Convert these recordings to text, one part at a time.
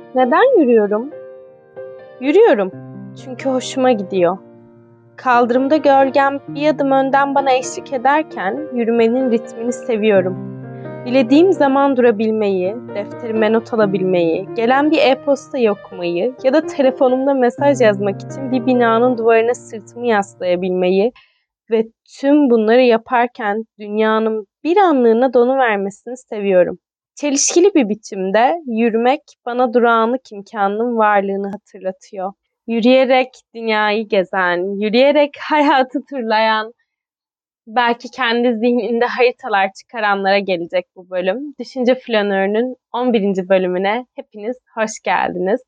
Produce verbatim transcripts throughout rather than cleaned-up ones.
Neden yürüyorum? Yürüyorum çünkü hoşuma gidiyor. Kaldırımda gölgem bir adım önden bana eşlik ederken yürümenin ritmini seviyorum. Dilediğim zaman durabilmeyi, defterime not alabilmeyi, gelen bir e-postayı okumayı ya da telefonumda mesaj yazmak için bir binanın duvarına sırtımı yaslayabilmeyi ve tüm bunları yaparken dünyanın bir anlığına donuvermesini seviyorum. Çelişkili bir biçimde yürümek bana durağanlık imkanının varlığını hatırlatıyor. Yürüyerek dünyayı gezen, yürüyerek hayatı turlayan, belki kendi zihninde haritalar çıkaranlara gelecek bu bölüm. Düşünce Flanörü'nün on birinci bölümüne hepiniz hoş geldiniz.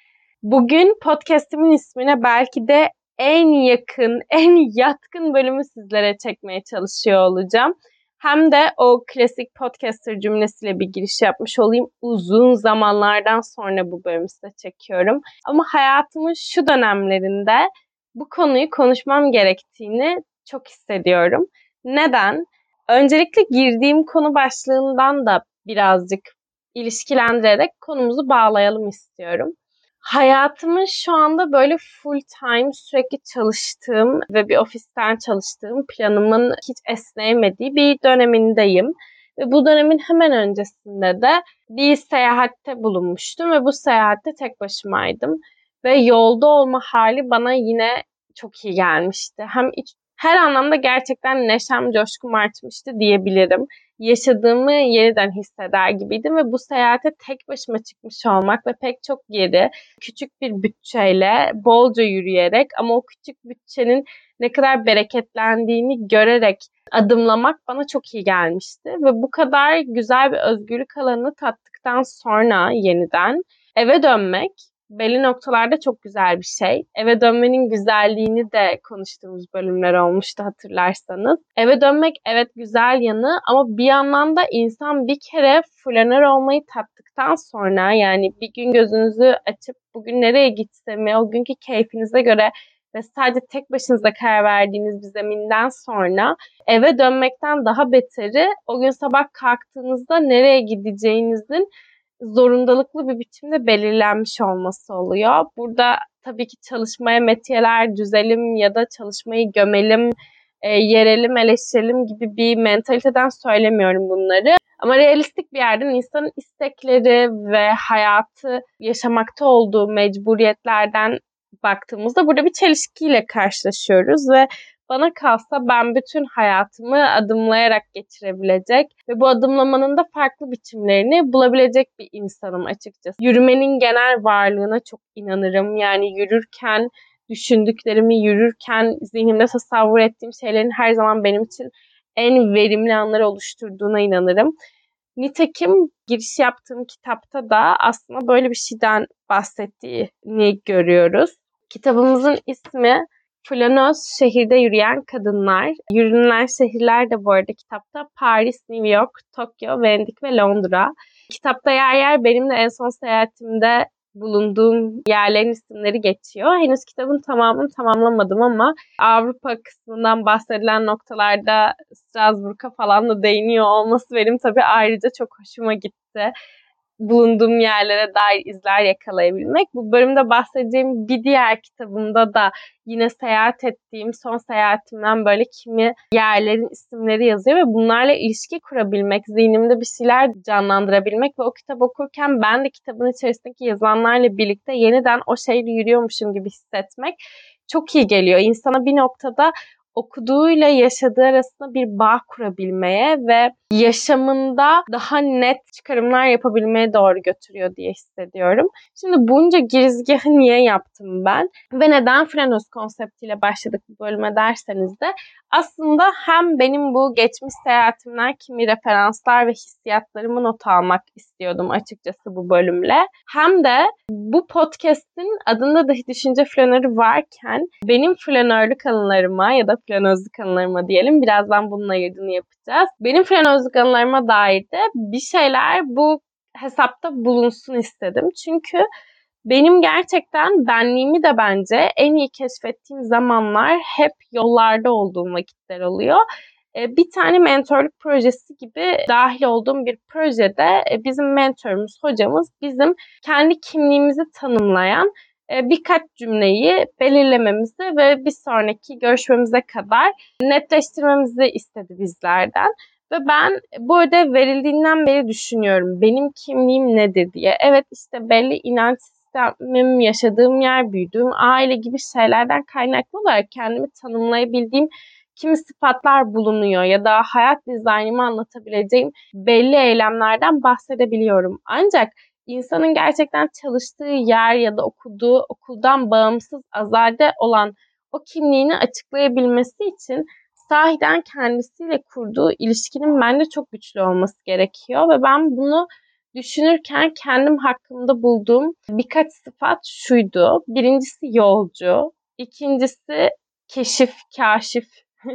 Bugün podcastimin ismine belki de en yakın, en yatkın bölümü sizlere çekmeye çalışıyor olacağım. Hem de o klasik podcaster cümlesiyle bir giriş yapmış olayım. Uzun zamanlardan sonra bu bölümü size çekiyorum. Ama hayatımın şu dönemlerinde bu konuyu konuşmam gerektiğini çok hissediyorum. Neden? Öncelikle girdiğim konu başlığından da birazcık ilişkilendirerek konumuzu bağlayalım istiyorum. Hayatımın şu anda böyle full time sürekli çalıştığım ve bir ofisten çalıştığım, planımın hiç esneyemediği bir dönemindeyim. Ve bu dönemin hemen öncesinde de bir seyahatte bulunmuştum ve bu seyahatte tek başımaydım. Ve yolda olma hali bana yine çok iyi gelmişti. Hem iç, her anlamda gerçekten neşem, coşkum artmıştı diyebilirim. Yaşadığımı yeniden hisseder gibiydim ve bu seyahate tek başıma çıkmış olmak ve pek çok yeri küçük bir bütçeyle bolca yürüyerek ama o küçük bütçenin ne kadar bereketlendiğini görerek adımlamak bana çok iyi gelmişti. Ve bu kadar güzel bir özgürlük alanını tattıktan sonra yeniden eve dönmek belli noktalarda çok güzel bir şey. Eve dönmenin güzelliğini de konuştuğumuz bölümler olmuştu hatırlarsanız. Eve dönmek evet güzel yanı ama bir yandan da insan bir kere flanör olmayı tattıktan sonra, yani bir gün gözünüzü açıp bugün nereye gitsem o günkü keyfinize göre ve sadece tek başınıza karar verdiğiniz bir zeminden sonra eve dönmekten daha beteri o gün sabah kalktığınızda nereye gideceğinizin zorundalıklı bir biçimde belirlenmiş olması oluyor. Burada tabii ki çalışmaya metiyeler düzelim ya da çalışmayı gömelim, e, yerelim, eleştirelim gibi bir mentaliteden söylemiyorum bunları. Ama realistik bir yerden insanın istekleri ve hayatı yaşamakta olduğu mecburiyetlerden baktığımızda burada bir çelişkiyle karşılaşıyoruz ve bana kalsa ben bütün hayatımı adımlayarak geçirebilecek ve bu adımlamanın da farklı biçimlerini bulabilecek bir insanım açıkçası. Yürümenin genel varlığına çok inanırım. Yani yürürken düşündüklerimi, yürürken zihnimde tasavvur ettiğim şeylerin her zaman benim için en verimli anları oluşturduğuna inanırım. Nitekim giriş yaptığım kitapta da aslında böyle bir şeyden bahsettiğini görüyoruz. Kitabımızın ismi Flanoz Şehirde Yürüyen Kadınlar. Yürünülen şehirler de bu arada kitapta Paris, New York, Tokyo, Venedik ve Londra. Kitapta yer yer benim de en son seyahatimde bulunduğum yerlerin isimleri geçiyor. Henüz kitabın tamamını tamamlamadım ama Avrupa kısmından bahsedilen noktalarda Strasbourg'a falan da değiniyor olması benim tabii ayrıca çok hoşuma gitti. Bulunduğum yerlere dair izler yakalayabilmek. Bu bölümde bahsedeceğim bir diğer kitabımda da yine seyahat ettiğim, son seyahatimden böyle kimi yerlerin isimleri yazıyor ve bunlarla ilişki kurabilmek, zihnimde bir şeyler canlandırabilmek ve o kitap okurken ben de kitabın içerisindeki yazılanlarla birlikte yeniden o şehirde yürüyormuşum gibi hissetmek çok iyi geliyor. İnsana bir noktada okuduğuyla yaşadığı arasında bir bağ kurabilmeye ve yaşamında daha net çıkarımlar yapabilmeye doğru götürüyor diye hissediyorum. Şimdi bunca girizgahı niye yaptım ben? Ve neden Flanoz konseptiyle başladık bu bölüme derseniz de aslında hem benim bu geçmiş seyahatimden kimi referanslar ve hissiyatlarımı not almak istiyordum açıkçası bu bölümle. Hem de bu podcast'in adında dahi düşünce flanörü varken benim flanörlük anılarıma ya da flanözlük anılarıma diyelim, birazdan bunun ayırdığını yapacağız. Benim flanözlük anılarıma dair de bir şeyler bu hesapta bulunsun istedim. Çünkü benim gerçekten benliğimi de bence en iyi keşfettiğim zamanlar hep yollarda olduğum vakitler oluyor. E, bir tane mentorluk projesi gibi dahil olduğum bir projede e, bizim mentorumuz, hocamız bizim kendi kimliğimizi tanımlayan e, birkaç cümleyi belirlememizi ve bir sonraki görüşmemize kadar netleştirmemizi istedi bizlerden. Ve ben bu ödev verildiğinden beri düşünüyorum. Benim kimliğim nedir diye. Evet, işte belli inanç sistemim, yaşadığım yer, büyüdüğüm aile gibi şeylerden kaynaklı olarak kendimi tanımlayabildiğim kimi sıfatlar bulunuyor ya da hayat dizaynımı anlatabileceğim belli eylemlerden bahsedebiliyorum. Ancak insanın gerçekten çalıştığı yer ya da okuduğu okuldan bağımsız azade olan o kimliğini açıklayabilmesi için sahiden kendisiyle kurduğu ilişkinin bence çok güçlü olması gerekiyor ve ben bunu düşünürken kendim hakkında bulduğum birkaç sıfat şuydu. Birincisi yolcu, ikincisi keşif, kaşif.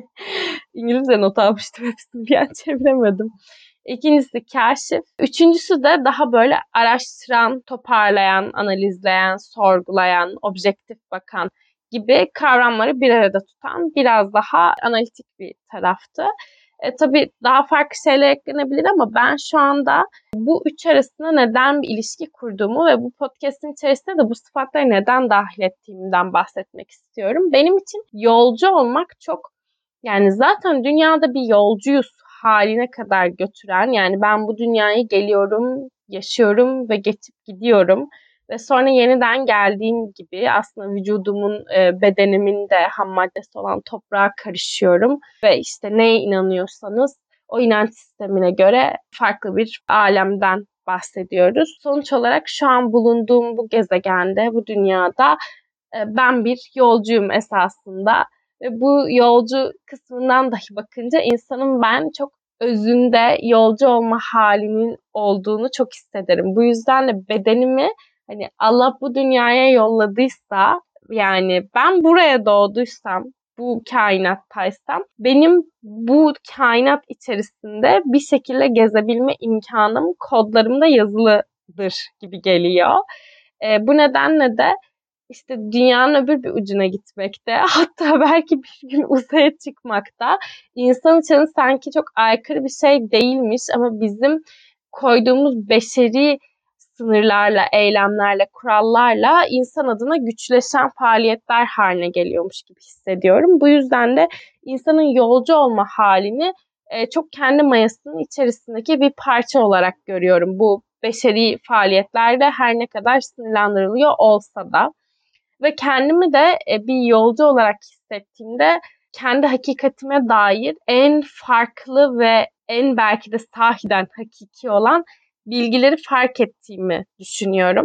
İngilizce not almıştım, hepsini bir an çeviremedim. İkincisi kaşif. Üçüncüsü de daha böyle araştıran, toparlayan, analizleyen, sorgulayan, objektif bakan gibi kavramları bir arada tutan biraz daha analitik bir taraftı. E, tabii daha farklı şeyler eklenebilir ama ben şu anda bu üç arasında neden bir ilişki kurduğumu ve bu podcast'in içerisinde de bu sıfatları neden dahil ettiğimden bahsetmek istiyorum. Benim için yolcu olmak çok, yani zaten dünyada bir yolcuyuz haline kadar götüren, yani ben bu dünyayı geliyorum, yaşıyorum ve geçip gidiyorum. Ve sonra yeniden geldiğim gibi aslında vücudumun, e, bedenimin de ham maddesi olan toprağa karışıyorum. Ve işte neye inanıyorsanız o inanç sistemine göre farklı bir alemden bahsediyoruz. Sonuç olarak şu an bulunduğum bu gezegende, bu dünyada e, ben bir yolcuyum esasında. Ve bu yolcu kısmından dahi bakınca insanın ben çok özünde yolcu olma halinin olduğunu çok hissederim. Bu yüzden de bedenimi, hani Allah bu dünyaya yolladıysa, yani ben buraya doğduysam, bu kainattaysam, benim bu kainat içerisinde bir şekilde gezebilme imkanım kodlarımda yazılıdır gibi geliyor. E, bu nedenle de işte dünyanın öbür bir ucuna gitmekte, hatta belki bir gün uzaya çıkmakta insan için sanki çok aykırı bir şey değilmiş ama bizim koyduğumuz beşeri sınırlarla, eylemlerle, kurallarla insan adına güçleşen faaliyetler haline geliyormuş gibi hissediyorum. Bu yüzden de insanın yolcu olma halini e, çok kendi mayasının içerisindeki bir parça olarak görüyorum. Bu beşeri faaliyetlerde her ne kadar sınırlandırılıyor olsa da. Ve kendimi de e, bir yolcu olarak hissettiğimde kendi hakikatime dair en farklı ve en belki de sahiden hakiki olan bilgileri fark ettiğimi düşünüyorum.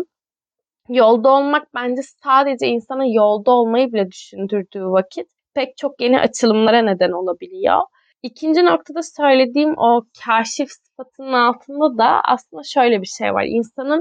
Yolda olmak bence sadece insana yolda olmayı bile düşündürdüğü vakit pek çok yeni açılımlara neden olabiliyor. İkinci noktada söylediğim o kaşif sıfatının altında da aslında şöyle bir şey var. İnsanın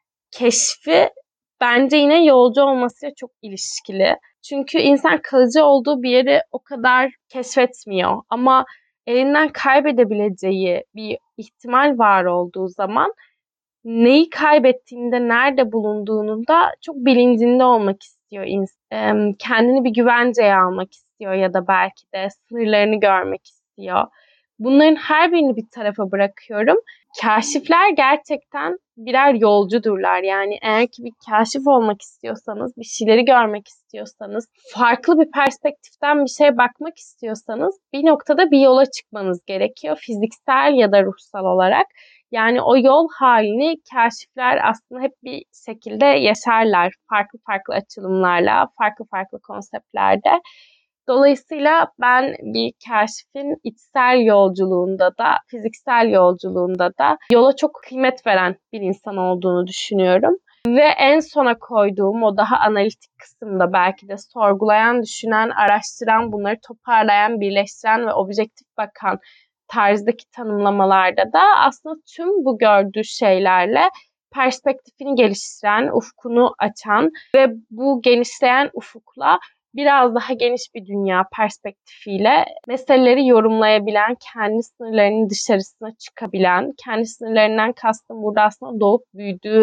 keşfi bence yine yolcu olmasıyla çok ilişkili. Çünkü insan kalıcı olduğu bir yeri o kadar keşfetmiyor. Ama elinden kaybedebileceği bir ihtimal var olduğu zaman neyi kaybettiğinde, nerede bulunduğunun da çok bilincinde olmak istiyor insan. Kendini bir güvenceye almak istiyor ya da belki de sınırlarını görmek istiyor. Bunların her birini bir tarafa bırakıyorum. Kaşifler gerçekten birer yolcudurlar. Yani eğer ki bir kaşif olmak istiyorsanız, bir şeyleri görmek istiyorsanız, farklı bir perspektiften bir şeye bakmak istiyorsanız bir noktada bir yola çıkmanız gerekiyor. Fiziksel ya da ruhsal olarak. Yani o yol halini kaşifler aslında hep bir şekilde yaşarlar. Farklı farklı açılımlarla, farklı farklı konseptlerde. Dolayısıyla ben bir kaşifin içsel yolculuğunda da, fiziksel yolculuğunda da yola çok kıymet veren bir insan olduğunu düşünüyorum. Ve en sona koyduğum o daha analitik kısımda belki de sorgulayan, düşünen, araştıran, bunları toparlayan, birleştiren ve objektif bakan tarzdaki tanımlamalarda da aslında tüm bu gördüğü şeylerle perspektifini geliştiren, ufkunu açan ve bu genişleyen ufukla biraz daha geniş bir dünya perspektifiyle meseleleri yorumlayabilen, kendi sınırlarının dışarısına çıkabilen, kendi sınırlarından kastım burada aslında doğup büyüdüğü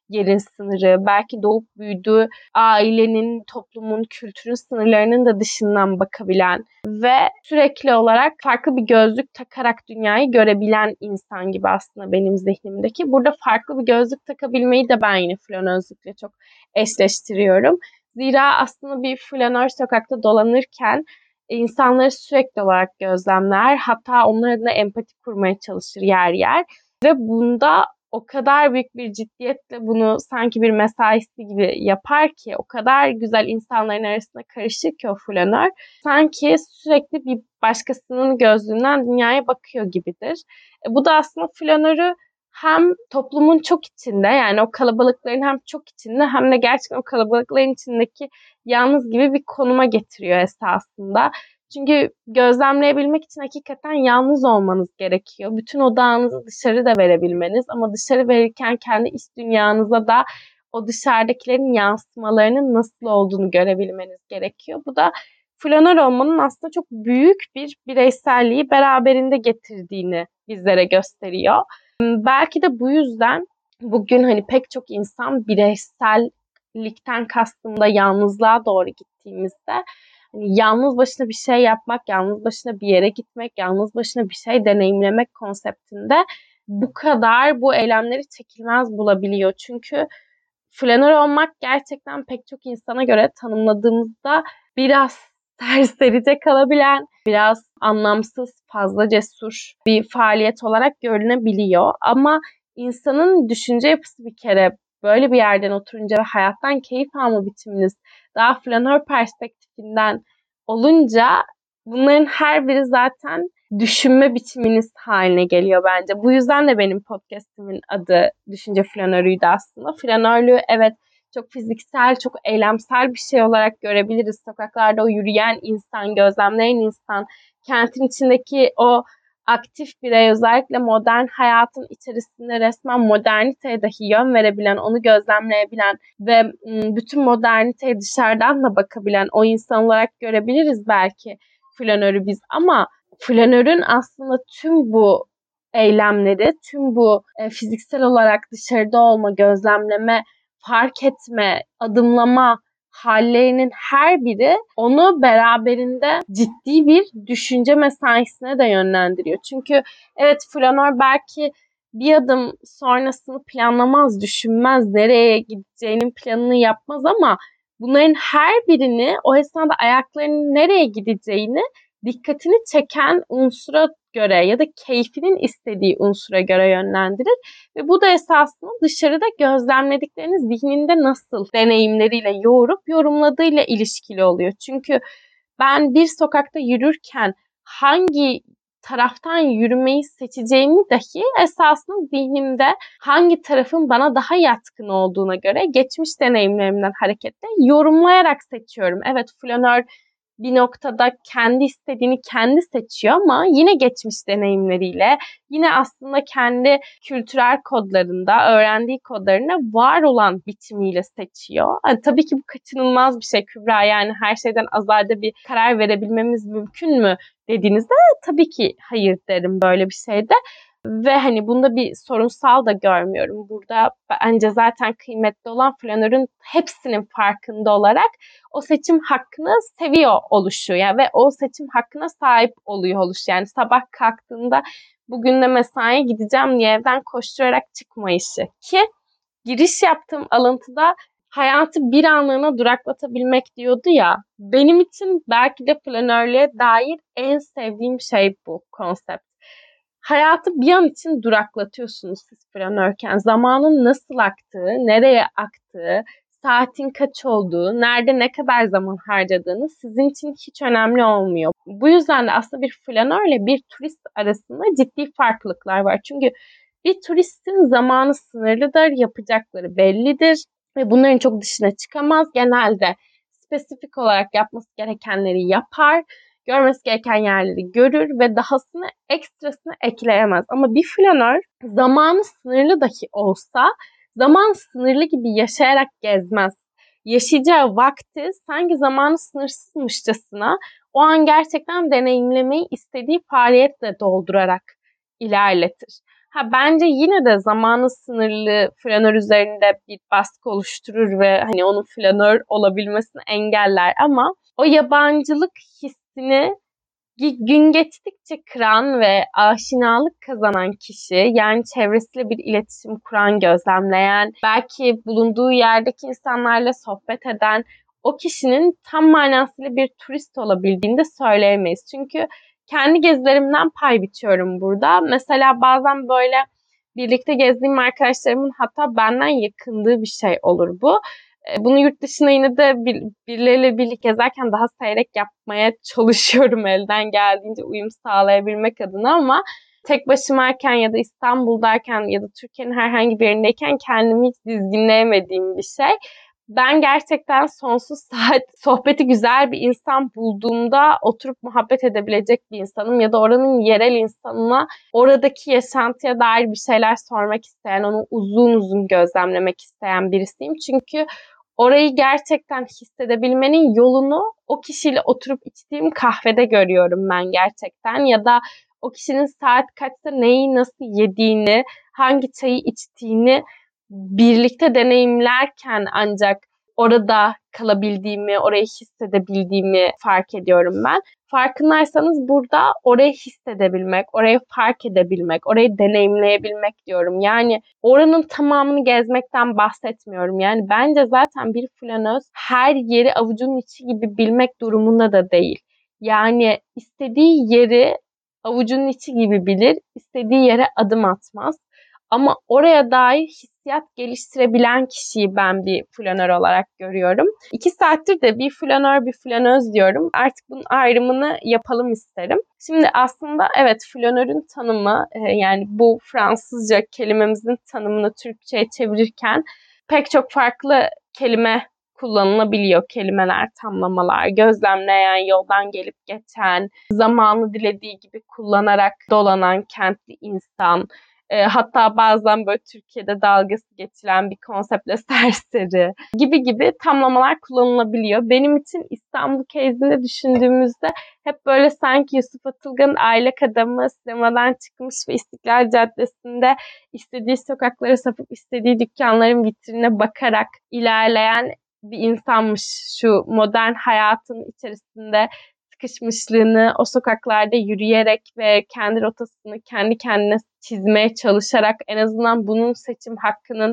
yerin sınırı, belki doğup büyüdüğü ailenin, toplumun, kültürün sınırlarının da dışından bakabilen ve sürekli olarak farklı bir gözlük takarak dünyayı görebilen insan gibi aslında benim zihnimdeki. Burada farklı bir gözlük takabilmeyi de ben yine flanözlükle çok eşleştiriyorum. Zira aslında bir flanör sokakta dolanırken insanları sürekli olarak gözlemler, hatta onlar adına empati kurmaya çalışır yer yer ve bunda o kadar büyük bir ciddiyetle bunu sanki bir mesaisi gibi yapar ki, o kadar güzel insanların arasında karışır ki o flanör, sanki sürekli bir başkasının gözlüğünden dünyaya bakıyor gibidir. E, bu da aslında flanörü hem toplumun çok içinde, yani o kalabalıkların hem çok içinde hem de gerçekten o kalabalıkların içindeki yalnız gibi bir konuma getiriyor esasında. Çünkü gözlemleyebilmek için hakikaten yalnız olmanız gerekiyor. Bütün odağınızı dışarı da verebilmeniz, ama dışarı verirken kendi iç dünyanıza da o dışarıdakilerin yansımalarının nasıl olduğunu görebilmeniz gerekiyor. Bu da flanör olmanın aslında çok büyük bir bireyselliği beraberinde getirdiğini bizlere gösteriyor. Belki de bu yüzden bugün hani pek çok insan bireysellikten kastımda yalnızlığa doğru gittiğimizde hani yalnız başına bir şey yapmak, yalnız başına bir yere gitmek, yalnız başına bir şey deneyimlemek konseptinde bu kadar bu eylemleri çekilmez bulabiliyor. Çünkü flanör olmak gerçekten pek çok insana göre tanımladığımızda biraz serserice kalabilen, biraz anlamsız, fazla cesur bir faaliyet olarak görünebiliyor. Ama insanın düşünce yapısı bir kere böyle bir yerden oturunca ve hayattan keyif alma biçiminiz daha flanör perspektifinden olunca bunların her biri zaten düşünme biçiminiz haline geliyor bence. Bu yüzden de benim podcastimin adı Düşünce Flanörü'ydü aslında. Flanörlüğü evet çok fiziksel, çok eylemsel bir şey olarak görebiliriz. Sokaklarda o yürüyen insan, gözlemleyen insan, kentin içindeki o aktif birey, özellikle modern hayatın içerisinde resmen moderniteye dahi yön verebilen, onu gözlemleyebilen ve bütün moderniteye dışarıdan da bakabilen o insan olarak görebiliriz belki flanörü biz. Ama flanörün aslında tüm bu eylemleri, tüm bu e, fiziksel olarak dışarıda olma, gözlemleme, fark etme, adımlama hallerinin her biri onu beraberinde ciddi bir düşünce mesaisine de yönlendiriyor. Çünkü evet, flanör belki bir adım sonrasını planlamaz, düşünmez, nereye gideceğinin planını yapmaz, ama bunların her birini o esnada ayaklarının nereye gideceğini dikkatini çeken unsura göre ya da keyfinin istediği unsura göre yönlendirir. Ve bu da esasında dışarıda gözlemlediklerini zihninde nasıl deneyimleriyle yoğurup yorumladığıyla ilişkili oluyor. Çünkü ben bir sokakta yürürken hangi taraftan yürümeyi seçeceğimi dahi esasında zihnimde hangi tarafın bana daha yatkın olduğuna göre geçmiş deneyimlerimden hareketle yorumlayarak seçiyorum. Evet, flanör bir noktada kendi istediğini kendi seçiyor, ama yine geçmiş deneyimleriyle, yine aslında kendi kültürel kodlarında, öğrendiği kodlarına var olan biçimiyle seçiyor. Yani tabii ki bu kaçınılmaz bir şey Kübra, yani her şeyden azade bir karar verebilmemiz mümkün mü dediğinizde tabii ki hayır derim böyle bir şeyde. Ve hani bunda bir sorunsal da görmüyorum. Burada bence zaten kıymetli olan flanörün hepsinin farkında olarak o seçim hakkını seviyor oluşu, yani ve o seçim hakkına sahip oluyor oluşu. Yani sabah kalktığında bugün de mesaiye gideceğim diye evden koşturarak çıkmayışı. Ki giriş yaptığım alıntıda hayatı bir anlığına duraklatabilmek diyordu ya, benim için belki de flanörlüğe dair en sevdiğim şey bu konsept. Hayatı bir an için duraklatıyorsunuz siz flanörken. Zamanın nasıl aktığı, nereye aktığı, saatin kaç olduğu, nerede ne kadar zaman harcadığınız sizin için hiç önemli olmuyor. Bu yüzden de aslında bir flanörle bir turist arasında ciddi farklılıklar var. Çünkü bir turistin zamanı sınırlıdır, yapacakları bellidir ve bunların çok dışına çıkamaz. Genelde spesifik olarak yapması gerekenleri yapar, görmesi gereken yerleri görür ve dahasını, ekstrasını ekleyemez. Ama bir flanör zamanı sınırlı dahi olsa zaman sınırlı gibi yaşayarak gezmez. Yaşayacağı vakti sanki zamanı sınırsızmışçasına o an gerçekten deneyimlemeyi istediği faaliyetle doldurarak ilerletir. Ha bence yine de zamanı sınırlı flanör üzerinde bir baskı oluşturur ve hani onun flanör olabilmesini engeller ama o yabancılık hissini gün geçtikçe kıran ve aşinalık kazanan kişi, yani çevresiyle bir iletişim kuran, gözlemleyen, belki bulunduğu yerdeki insanlarla sohbet eden o kişinin tam manasıyla bir turist olabildiğini de söyleyemeyiz. Çünkü kendi gezilerimden pay biçiyorum burada. Mesela bazen böyle birlikte gezdiğim arkadaşlarımın hatta benden yakındığı bir şey olur bu. Bunu yurt dışına yine de bir, birileriyle birlikte gezerken daha seyrek yapmaya çalışıyorum elden geldiğince uyum sağlayabilmek adına ama tek başımayken ya da İstanbul'dayken ya da Türkiye'nin herhangi bir yerindeyken kendimi hiç dizginleyemediğim bir şey. Ben gerçekten sonsuz saat sohbeti güzel bir insan bulduğumda oturup muhabbet edebilecek bir insanım ya da oranın yerel insanına oradaki yaşantıya dair bir şeyler sormak isteyen, onu uzun uzun gözlemlemek isteyen birisiyim. Çünkü orayı gerçekten hissedebilmenin yolunu o kişiyle oturup içtiğim kahvede görüyorum ben gerçekten. Ya da o kişinin saat kaçta neyi nasıl yediğini, hangi çayı içtiğini birlikte deneyimlerken ancak orada kalabildiğimi, orayı hissedebildiğimi fark ediyorum ben. Farkındaysanız burada orayı hissedebilmek, orayı fark edebilmek, orayı deneyimleyebilmek diyorum. Yani oranın tamamını gezmekten bahsetmiyorum. Yani bence zaten bir flanöz her yeri avucunun içi gibi bilmek durumunda da değil. Yani istediği yeri avucunun içi gibi bilir, istediği yere adım atmaz. Ama oraya dair hissiyat geliştirebilen kişiyi ben bir flanör olarak görüyorum. İki saattir de bir flanör bir flanöz diyorum. Artık bunun ayrımını yapalım isterim. Şimdi aslında evet, flanörün tanımı yani bu Fransızca kelimemizin tanımını Türkçe'ye çevirirken pek çok farklı kelime kullanılabiliyor. Kelimeler, tamlamalar, gözlemleyen, yoldan gelip geçen, zamanı dilediği gibi kullanarak dolanan kentli insan, E, hatta bazen böyle Türkiye'de dalgası geçilen bir konseptle serseri gibi gibi tamlamalar kullanılabiliyor. Benim için İstanbul case'ini düşündüğümüzde hep böyle sanki Yusuf Atılgan'ın Aylak Adamı sinemadan çıkmış ve İstiklal Caddesi'nde istediği sokaklara sapıp istediği dükkanların vitrine bakarak ilerleyen bir insanmış. Şu modern hayatın içerisinde sıkışmışlığını o sokaklarda yürüyerek ve kendi rotasını kendi kendine çizmeye çalışarak en azından bunun seçim hakkının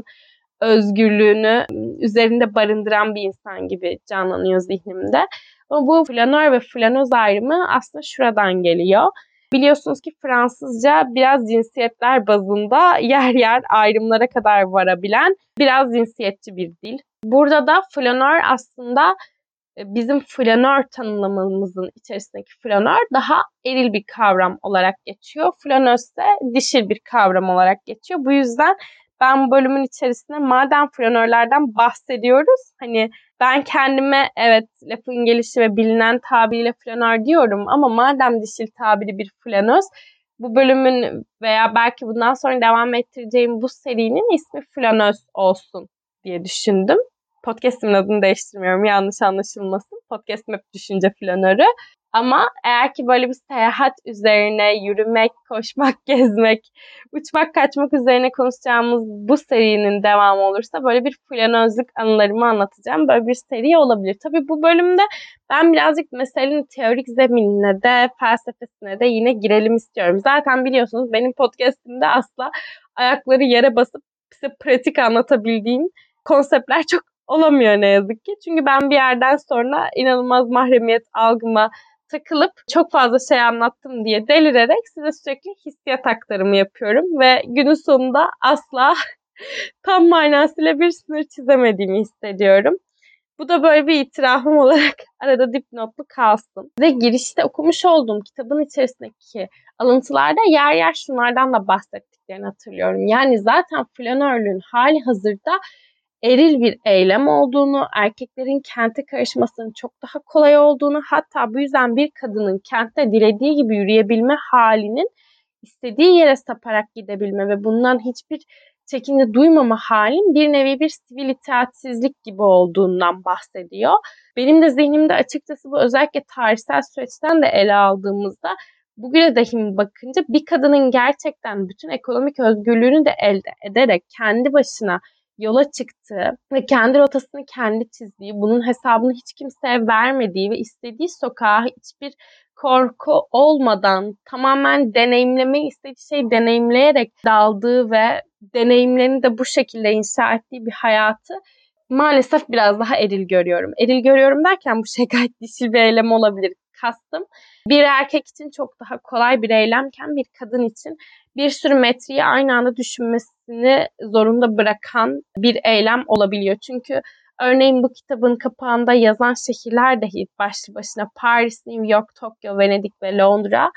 özgürlüğünü üzerinde barındıran bir insan gibi canlanıyor zihnimde. Ama bu flanör ve flanoz ayrımı aslında şuradan geliyor. Biliyorsunuz ki Fransızca biraz cinsiyetler bazında yer yer ayrımlara kadar varabilen biraz cinsiyetçi bir dil. Burada da flanör aslında bizim flanör tanımlamamızın içerisindeki flanör daha eril bir kavram olarak geçiyor. Flanöz ise dişil bir kavram olarak geçiyor. Bu yüzden ben bölümün içerisinde madem flanörlerden bahsediyoruz, hani ben kendime evet lafın gelişi ve bilinen tabiriyle flanör diyorum ama madem dişil tabiri bir flanöz, bu bölümün veya belki bundan sonra devam ettireceğim bu serinin ismi flanöz olsun diye düşündüm. Podcast'imin adını değiştirmiyorum, yanlış anlaşılmasın. Podcast'im hep düşünce flanörü. Ama eğer ki böyle bir seyahat üzerine yürümek, koşmak, gezmek, uçmak, kaçmak üzerine konuşacağımız bu serinin devamı olursa böyle bir flanözlük anılarımı anlatacağım. Böyle bir seri olabilir. Tabii bu bölümde ben birazcık meselenin teorik zeminine de felsefesine de yine girelim istiyorum. Zaten biliyorsunuz benim podcast'imde asla ayakları yere basıp size pratik anlatabildiğim konseptler çok olamıyor ne yazık ki. Çünkü ben bir yerden sonra inanılmaz mahremiyet algıma takılıp çok fazla şey anlattım diye delirerek size sürekli hissiyat aktarımı yapıyorum ve günün sonunda asla tam manasıyla bir sınır çizemediğimi hissediyorum. Bu da böyle bir itirafım olarak arada dipnotlu kalsın. Ve girişte okumuş olduğum kitabın içerisindeki alıntılarda yer yer şunlardan da bahsettiklerini hatırlıyorum. Yani zaten flanörlüğün hali hazırda eril bir eylem olduğunu, erkeklerin kente karışmasının çok daha kolay olduğunu, hatta bu yüzden bir kadının kentte dilediği gibi yürüyebilme halinin istediği yere saparak gidebilme ve bundan hiçbir çekince duymama halin bir nevi bir sivil itaatsizlik gibi olduğundan bahsediyor. Benim de zihnimde açıkçası bu özellikle tarihsel süreçten de ele aldığımızda bugüne dahi bakınca bir kadının gerçekten bütün ekonomik özgürlüğünü de elde ederek kendi başına yola çıktığı ve kendi rotasını kendi çizdiği, bunun hesabını hiç kimseye vermediği ve istediği sokağa hiçbir korku olmadan tamamen deneyimlemeyi istediği şeyi deneyimleyerek daldığı ve deneyimlerini de bu şekilde inşa ettiği bir hayatı maalesef biraz daha eril görüyorum. Eril görüyorum derken bu şey gayet dişil bir eylem olabilir. Kastım bir erkek için çok daha kolay bir eylemken bir kadın için bir sürü metreyi aynı anda düşünmesini zorunda bırakan bir eylem olabiliyor. Çünkü örneğin bu kitabın kapağında yazan şehirler dahi başlı başına Paris, New York, Tokyo, Venedik ve Londra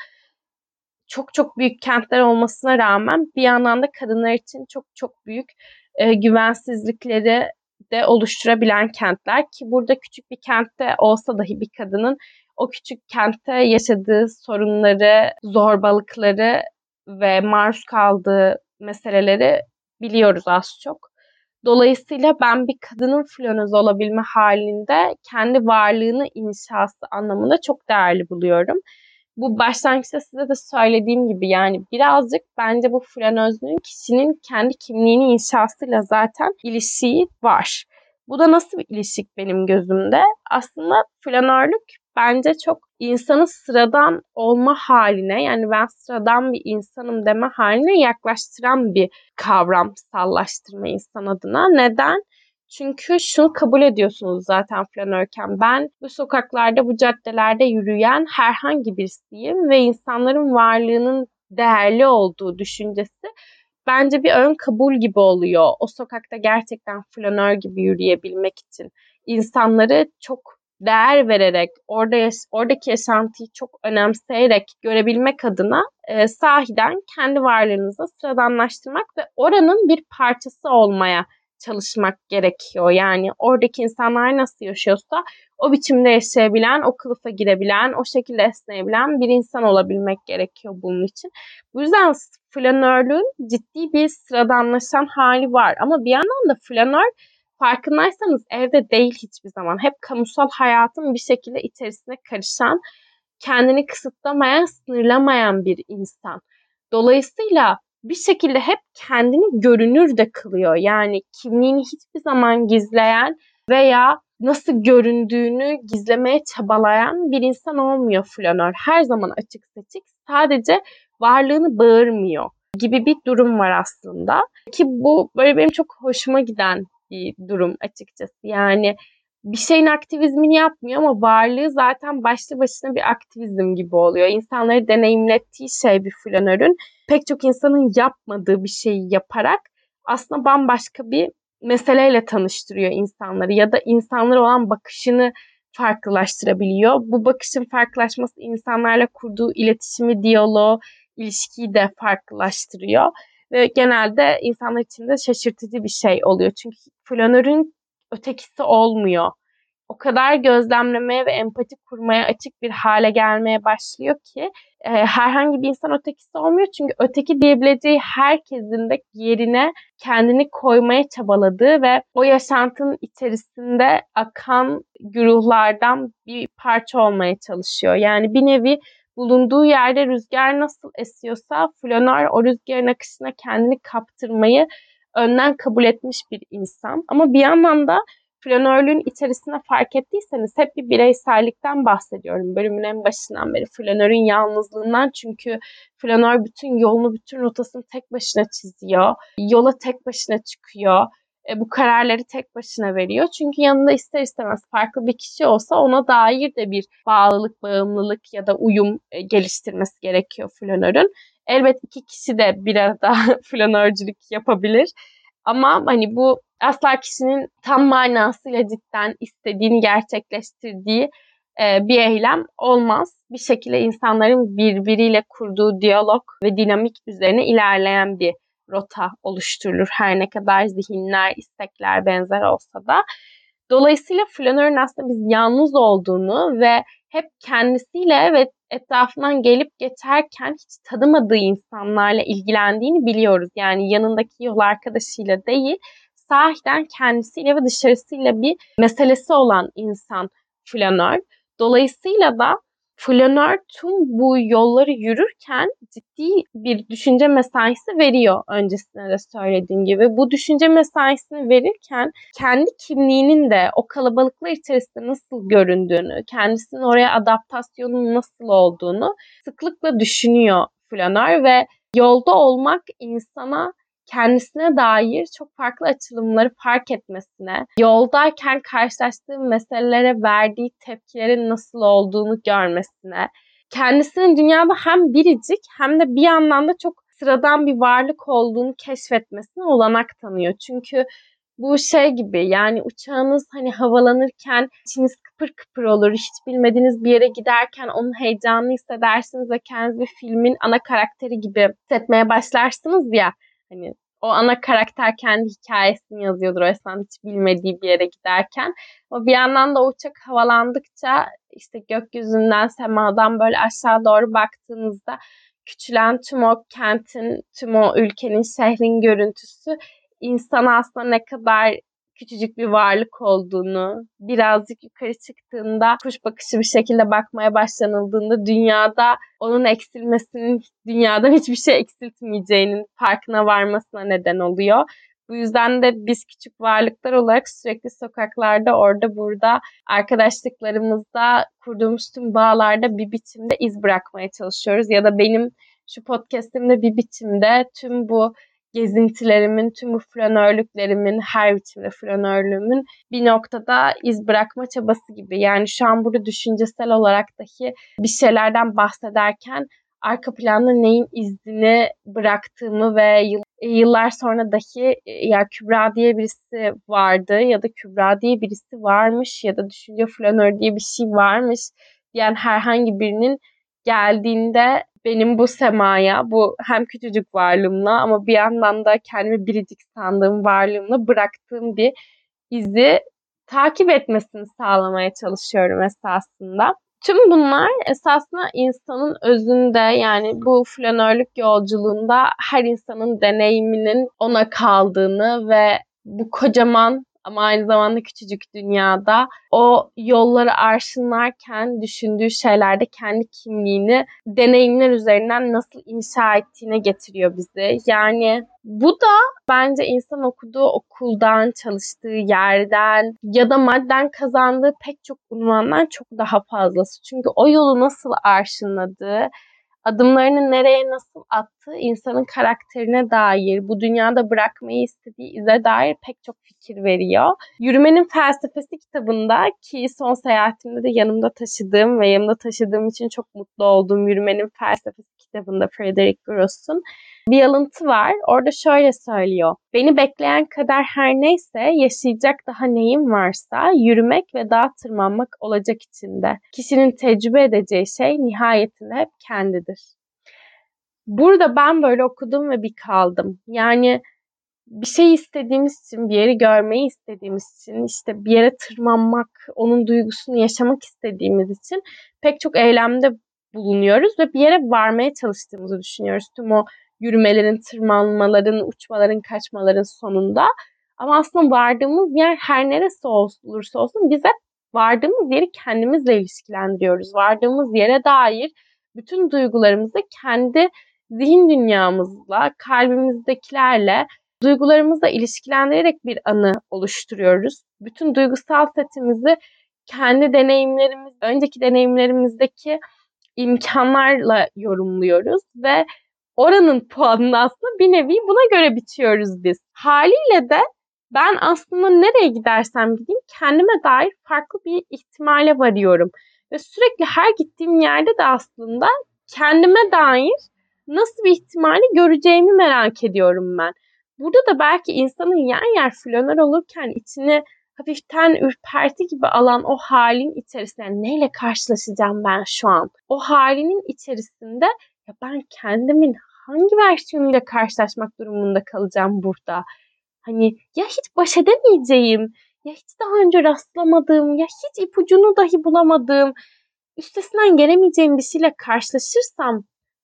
çok çok büyük kentler olmasına rağmen bir yandan da kadınlar için çok çok büyük e, güvensizlikleri de oluşturabilen kentler ki burada küçük bir kentte olsa dahi bir kadının o küçük kentte yaşadığı sorunları, zorbalıkları ve maruz kaldığı meseleleri biliyoruz az çok. Dolayısıyla ben bir kadının flönöz olabilme halinde kendi varlığını inşası anlamında çok değerli buluyorum. Bu başlangıçta size de söylediğim gibi yani birazcık bence bu flanözlüğün kişinin kendi kimliğini inşasıyla zaten ilişiği var. Bu da nasıl bir ilişik benim gözümde? Aslında flanörlük bence çok insanın sıradan olma haline, yani ben sıradan bir insanım deme haline yaklaştıran bir kavram, sallaştırma insan adına. Neden? Çünkü şunu kabul ediyorsunuz zaten flanörken. Ben bu sokaklarda, bu caddelerde yürüyen herhangi birisiyim ve insanların varlığının değerli olduğu düşüncesi bence bir ön kabul gibi oluyor. O sokakta gerçekten flanör gibi yürüyebilmek için insanları çok değer vererek, orada yaş- oradaki yaşantıyı çok önemseyerek görebilmek adına e, sahiden kendi varlığınızı sıradanlaştırmak ve oranın bir parçası olmaya çalışmak gerekiyor. Yani oradaki insanlar nasıl yaşıyorsa o biçimde yaşayabilen, o kılıfa girebilen, o şekilde esneyebilen bir insan olabilmek gerekiyor bunun için. Bu yüzden flanörlüğün ciddi bir sıradanlaşan hali var. Ama bir yandan da flanör farkındaysanız evde değil hiçbir zaman. Hep kamusal hayatın bir şekilde içerisine karışan, kendini kısıtlamayan, sınırlamayan bir insan. Dolayısıyla bir şekilde hep kendini görünür de kılıyor. Yani kimliğini hiçbir zaman gizleyen veya nasıl göründüğünü gizlemeye çabalayan bir insan olmuyor flanör. Her zaman açık seçik, sadece varlığını bağırmıyor gibi bir durum var aslında. Ki bu böyle benim çok hoşuma giden bir durum açıkçası. Yani bir şeyin aktivizmini yapmıyor ama varlığı zaten başlı başına bir aktivizm gibi oluyor. İnsanları deneyimlettiği şey bir flanörün pek çok insanın yapmadığı bir şeyi yaparak aslında bambaşka bir meseleyle tanıştırıyor insanları ya da insanlara olan bakışını farklılaştırabiliyor. Bu bakışın farklılaşması insanlarla kurduğu iletişimi, diyaloğu, ilişkiyi de farklılaştırıyor. Ve genelde insanlar için de şaşırtıcı bir şey oluyor. Çünkü flanörün ötekisi olmuyor. O kadar gözlemlemeye ve empati kurmaya açık bir hale gelmeye başlıyor ki e, herhangi bir insan ötekisi olmuyor. Çünkü öteki diyebileceği herkesin de yerine kendini koymaya çabaladığı ve o yaşantının içerisinde akan güruhlardan bir parça olmaya çalışıyor. Yani bir nevi bulunduğu yerde rüzgar nasıl esiyorsa flanör o rüzgarın akışına kendini kaptırmayı önden kabul etmiş bir insan. Ama bir yandan da flanörlüğün içerisinde fark ettiyseniz hep bir bireysellikten bahsediyorum. Bölümün en başından beri flanörün yalnızlığından, çünkü flanör bütün yolunu, bütün rotasını tek başına çiziyor. Yola tek başına çıkıyor. E, bu kararları tek başına veriyor. Çünkü yanında ister istemez farklı bir kişi olsa ona dair de bir bağlılık, bağımlılık ya da uyum e, geliştirmesi gerekiyor flanörün. Elbet iki kişi de bir arada flanörcülük yapabilir. Ama hani bu asla kişinin tam manasıyla cidden istediğini gerçekleştirdiği e, bir eylem olmaz. Bir şekilde insanların birbiriyle kurduğu diyalog ve dinamik üzerine ilerleyen bir rota oluşturulur. Her ne kadar zihinler, istekler benzer olsa da. Dolayısıyla flanörün aslında biz yalnız olduğunu ve hep kendisiyle ve etrafından gelip geçerken hiç tanımadığı insanlarla ilgilendiğini biliyoruz. Yani yanındaki yol arkadaşıyla değil, sahiden kendisiyle ve dışarısıyla bir meselesi olan insan flanör. Dolayısıyla da Flanör tüm bu yolları yürürken ciddi bir düşünce mesaisi veriyor, öncesinde de söylediğim gibi. Bu düşünce mesaisini verirken kendi kimliğinin de o kalabalıklar içerisinde nasıl göründüğünü, kendisinin oraya adaptasyonun nasıl olduğunu sıklıkla düşünüyor Flanör ve yolda olmak insana kendisine dair çok farklı açılımları fark etmesine, yoldayken karşılaştığı meselelere verdiği tepkilerin nasıl olduğunu görmesine, kendisinin dünyada hem biricik hem de bir yandan da çok sıradan bir varlık olduğunu keşfetmesine olanak tanıyor. Çünkü bu şey gibi, yani uçağınız hani havalanırken içiniz kıpır kıpır olur. Hiç bilmediğiniz bir yere giderken onun heyecanını hissedersiniz ve kendinizi bir filmin ana karakteri gibi hissetmeye başlarsınız ya. Hani o ana karakter kendi hikayesini yazıyordur o esnada hiç bilmediği bir yere giderken. Ama bir yandan da o uçak havalandıkça işte gökyüzünden, semadan böyle aşağı doğru baktığınızda küçülen tüm o kentin, tüm o ülkenin, şehrin görüntüsü insana aslında ne kadar küçücük bir varlık olduğunu, birazcık yukarı çıktığında, kuş bakışı bir şekilde bakmaya başlanıldığında dünyada onun eksilmesinin, dünyadan hiçbir şey eksiltmeyeceğinin farkına varmasına neden oluyor. Bu yüzden de biz küçük varlıklar olarak sürekli sokaklarda, orada burada, arkadaşlıklarımızda, kurduğumuz tüm bağlarda bir biçimde iz bırakmaya çalışıyoruz. Ya da benim şu podcastimde bir biçimde tüm bu gezintilerimin, tüm bu flanörlüklerimin, her biçimde flanörlüğümün bir noktada iz bırakma çabası gibi. Yani şu an burada düşüncesel olarak dahi bir şeylerden bahsederken arka planda neyin izini bıraktığımı ve yıllar sonra dahi ya Kübra diye birisi vardı ya da Kübra diye birisi varmış ya da düşünce flanör diye bir şey varmış diyen herhangi birinin geldiğinde benim bu semaya, bu hem küçücük varlığımla ama bir yandan da kendimi biricik sandığım varlığımla bıraktığım bir izi takip etmesini sağlamaya çalışıyorum esasında. Tüm bunlar esasında insanın özünde, yani bu flanörlük yolculuğunda her insanın deneyiminin ona kaldığını ve bu kocaman ama aynı zamanda küçücük dünyada o yolları arşınlarken düşündüğü şeylerde kendi kimliğini deneyimler üzerinden nasıl inşa ettiğine getiriyor bizi. Yani bu da bence insan okuduğu okuldan, çalıştığı yerden ya da madden kazandığı pek çok unvandan çok daha fazlası. Çünkü o yolu nasıl arşınladığı, adımlarını nereye nasıl attığı insanın karakterine dair, bu dünyada bırakmayı istediği ize dair pek çok fikir veriyor. Yürümenin Felsefesi kitabında, ki son seyahatimde de yanımda taşıdığım ve yanımda taşıdığım için çok mutlu olduğum Yürümenin Felsefesi kitabında Frederick Gross'un bir alıntı var. Orada şöyle söylüyor: beni bekleyen kader her neyse, yaşayacak daha neyim varsa yürümek ve dağa tırmanmak olacak içinde. Kişinin tecrübe edeceği şey nihayetinde hep kendidir. Burada ben böyle okudum ve bir kaldım. Yani bir şey istediğimiz için, bir yeri görmeyi istediğimiz için, işte bir yere tırmanmak, onun duygusunu yaşamak istediğimiz için pek çok eylemde bulunuyoruz ve bir yere varmaya çalıştığımızı düşünüyoruz. Tüm o yürümelerin, tırmanmaların, uçmaların, kaçmaların sonunda. Ama aslında vardığımız yer her neresi olursa olsun biz hep vardığımız yeri kendimizle ilişkilendiriyoruz. Vardığımız yere dair bütün duygularımızı kendi zihin dünyamızla, kalbimizdekilerle, duygularımızla ilişkilendirerek bir anı oluşturuyoruz. Bütün duygusal setimizi kendi deneyimlerimiz, önceki deneyimlerimizdeki imkanlarla yorumluyoruz ve oranın puanını aslında bir nevi buna göre biçiyoruz biz. Haliyle de ben aslında nereye gidersem gideyim kendime dair farklı bir ihtimale varıyorum. Ve sürekli her gittiğim yerde de aslında kendime dair nasıl bir ihtimali göreceğimi merak ediyorum ben. Burada da belki insanın yer yer flanör olurken içini hafiften ürperti gibi alan o halin içerisinde, yani neyle karşılaşacağım ben şu an? O halinin içerisinde ya ben kendimin hangi versiyonuyla karşılaşmak durumunda kalacağım burada? Hani ya hiç baş edemeyeceğim, ya hiç daha önce rastlamadığım, ya hiç ipucunu dahi bulamadığım, üstesinden gelemeyeceğim bir şeyle karşılaşırsam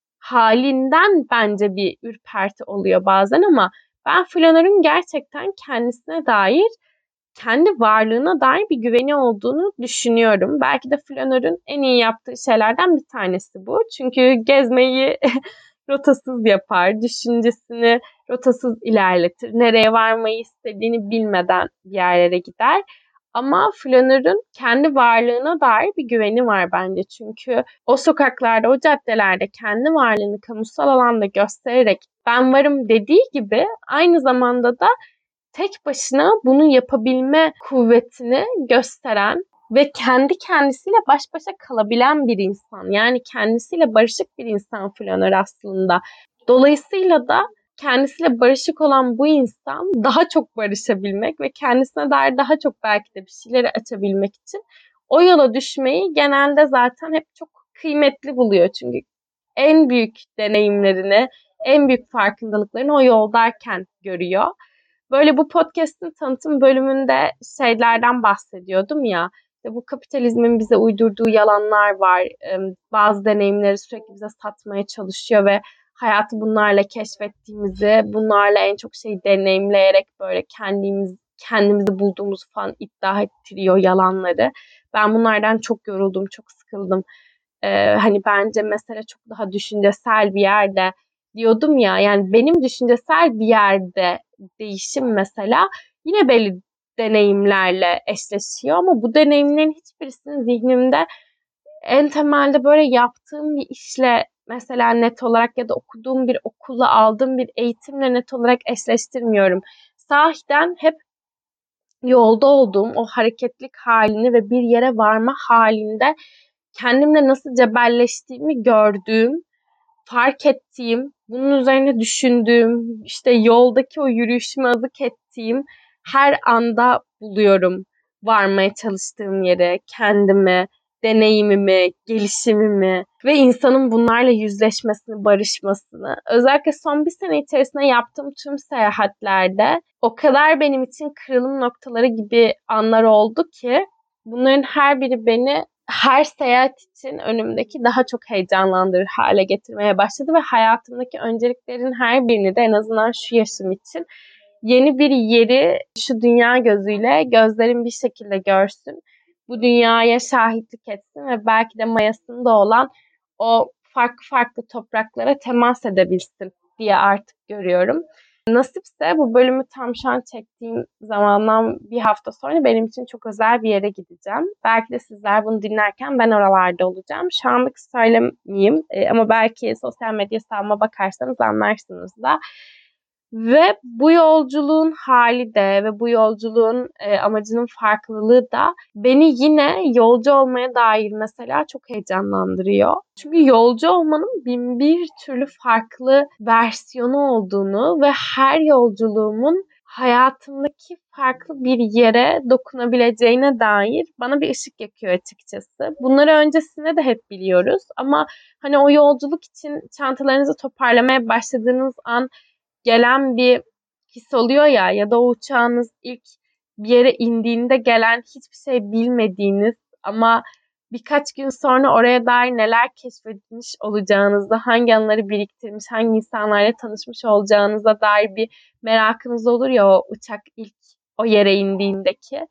halinden bence bir ürperti oluyor bazen ama ben flanörün gerçekten kendisine dair kendi varlığına dair bir güveni olduğunu düşünüyorum. Belki de flanörün en iyi yaptığı şeylerden bir tanesi bu. Çünkü gezmeyi rotasız yapar, düşüncesini rotasız ilerletir. Nereye varmayı istediğini bilmeden bir yerlere gider. Ama flanörün kendi varlığına dair bir güveni var bence. Çünkü o sokaklarda, o caddelerde kendi varlığını kamusal alanda göstererek ben varım dediği gibi aynı zamanda da tek başına bunu yapabilme kuvvetini gösteren ve kendi kendisiyle baş başa kalabilen bir insan. Yani kendisiyle barışık bir insan flanör aslında. Dolayısıyla da kendisiyle barışık olan bu insan daha çok barışabilmek ve kendisine dair daha çok belki de bir şeyleri açabilmek için o yola düşmeyi genelde zaten hep çok kıymetli buluyor. Çünkü en büyük deneyimlerini, en büyük farkındalıklarını o yoldayken görüyor. Böyle bu podcast'ın tanıtım bölümünde şeylerden bahsediyordum ya. İşte bu kapitalizmin bize uydurduğu yalanlar var. Bazı deneyimleri sürekli bize satmaya çalışıyor ve hayatı bunlarla keşfettiğimizi, bunlarla en çok şeyi deneyimleyerek böyle kendimiz kendimizi bulduğumuzu falan iddia ettiriyor yalanları. Ben bunlardan çok yoruldum, çok sıkıldım. Ee, hani bence mesele çok daha düşüncesel bir yerde diyordum ya. Yani benim düşüncesel bir yerde değişim mesela yine belli deneyimlerle eşleşiyor ama bu deneyimlerin hiçbirisinin zihnimde en temelde böyle yaptığım bir işle mesela net olarak ya da okuduğum bir okulla aldığım bir eğitimle net olarak eşleştirmiyorum. Sahiden hep yolda olduğum o hareketlik halini ve bir yere varma halinde kendimle nasıl cebelleştiğimi gördüğüm, fark ettiğim, bunun üzerine düşündüğüm, işte yoldaki o yürüyüşümü azık ettiğim her anda buluyorum varmaya çalıştığım yere, kendimi, deneyimimi, gelişimimi ve insanın bunlarla yüzleşmesini, barışmasını. Özellikle son bir sene içerisinde yaptığım tüm seyahatlerde o kadar benim için kırılım noktaları gibi anlar oldu ki bunların her biri beni her seyahat için önümdeki daha çok heyecanlandırır hale getirmeye başladı ve hayatımdaki önceliklerin her birini de en azından şu yaşım için yeni bir yeri şu dünya gözüyle gözlerim bir şekilde görsün. Bu dünyaya şahitlik etsin ve belki de mayasında olan o farklı farklı topraklara temas edebilsin diye artık görüyorum. Nasipse bu bölümü tam şu an çektiğim zamandan bir hafta sonra benim için çok özel bir yere gideceğim. Belki de sizler bunu dinlerken ben oralarda olacağım. Şu anlık söylemeyeyim e, ama belki sosyal medya hesabıma bakarsanız anlarsınız da. Ve bu yolculuğun hali de ve bu yolculuğun e, amacının farklılığı da beni yine yolcu olmaya dair mesela çok heyecanlandırıyor. Çünkü yolcu olmanın bin bir türlü farklı versiyonu olduğunu ve her yolculuğumun hayatımdaki farklı bir yere dokunabileceğine dair bana bir ışık yakıyor açıkçası. Bunları öncesinde de hep biliyoruz ama hani o yolculuk için çantalarınızı toparlamaya başladığınız an gelen bir his oluyor ya ya da o uçağınız ilk bir yere indiğinde gelen hiçbir şey bilmediğiniz ama birkaç gün sonra oraya dair neler keşfetmiş olacağınızda, hangi anıları biriktirmiş, hangi insanlarla tanışmış olacağınıza dair bir merakınız olur ya o uçak ilk o yere indiğindeki.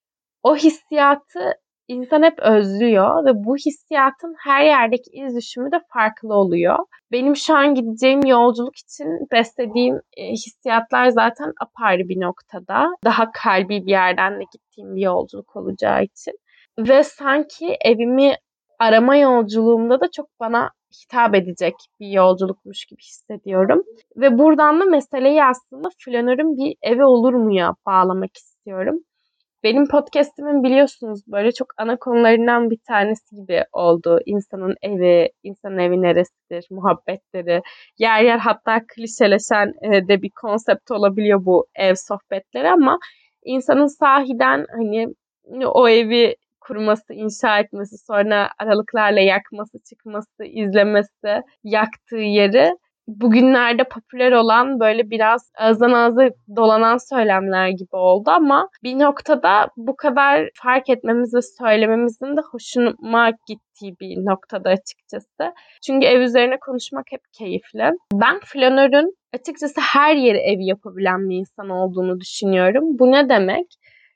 O hissiyatı insan hep özlüyor ve bu hissiyatın her yerdeki iz düşümü de farklı oluyor. Benim şu an gideceğim yolculuk için beslediğim e, hissiyatlar zaten apayrı bir noktada. Daha kalbi bir yerden de gittiğim bir yolculuk olacağı için. Ve sanki evimi arama yolculuğumda da çok bana hitap edecek bir yolculukmuş gibi hissediyorum. Ve buradan da meseleyi aslında flanörün bir evi olur mu ya bağlamak istiyorum. Benim podcast'imin biliyorsunuz böyle çok ana konularından bir tanesi gibi oldu. İnsanın evi, insanın evi neresidir, muhabbetleri. Yer yer hatta klişeleşen e, de bir konsept olabiliyor bu ev sohbetleri ama insanın sahiden hani o evi kurması, inşa etmesi, sonra aralıklarla yakması, çıkması, izlemesi, yaktığı yeri bugünlerde popüler olan böyle biraz ağızdan ağza dolanan söylemler gibi oldu ama bir noktada bu kadar fark etmemiz ve söylememizin de hoşuma gittiği bir noktada açıkçası. Çünkü ev üzerine konuşmak hep keyifli. Ben flanörün açıkçası her yeri ev yapabilen bir insan olduğunu düşünüyorum. Bu ne demek?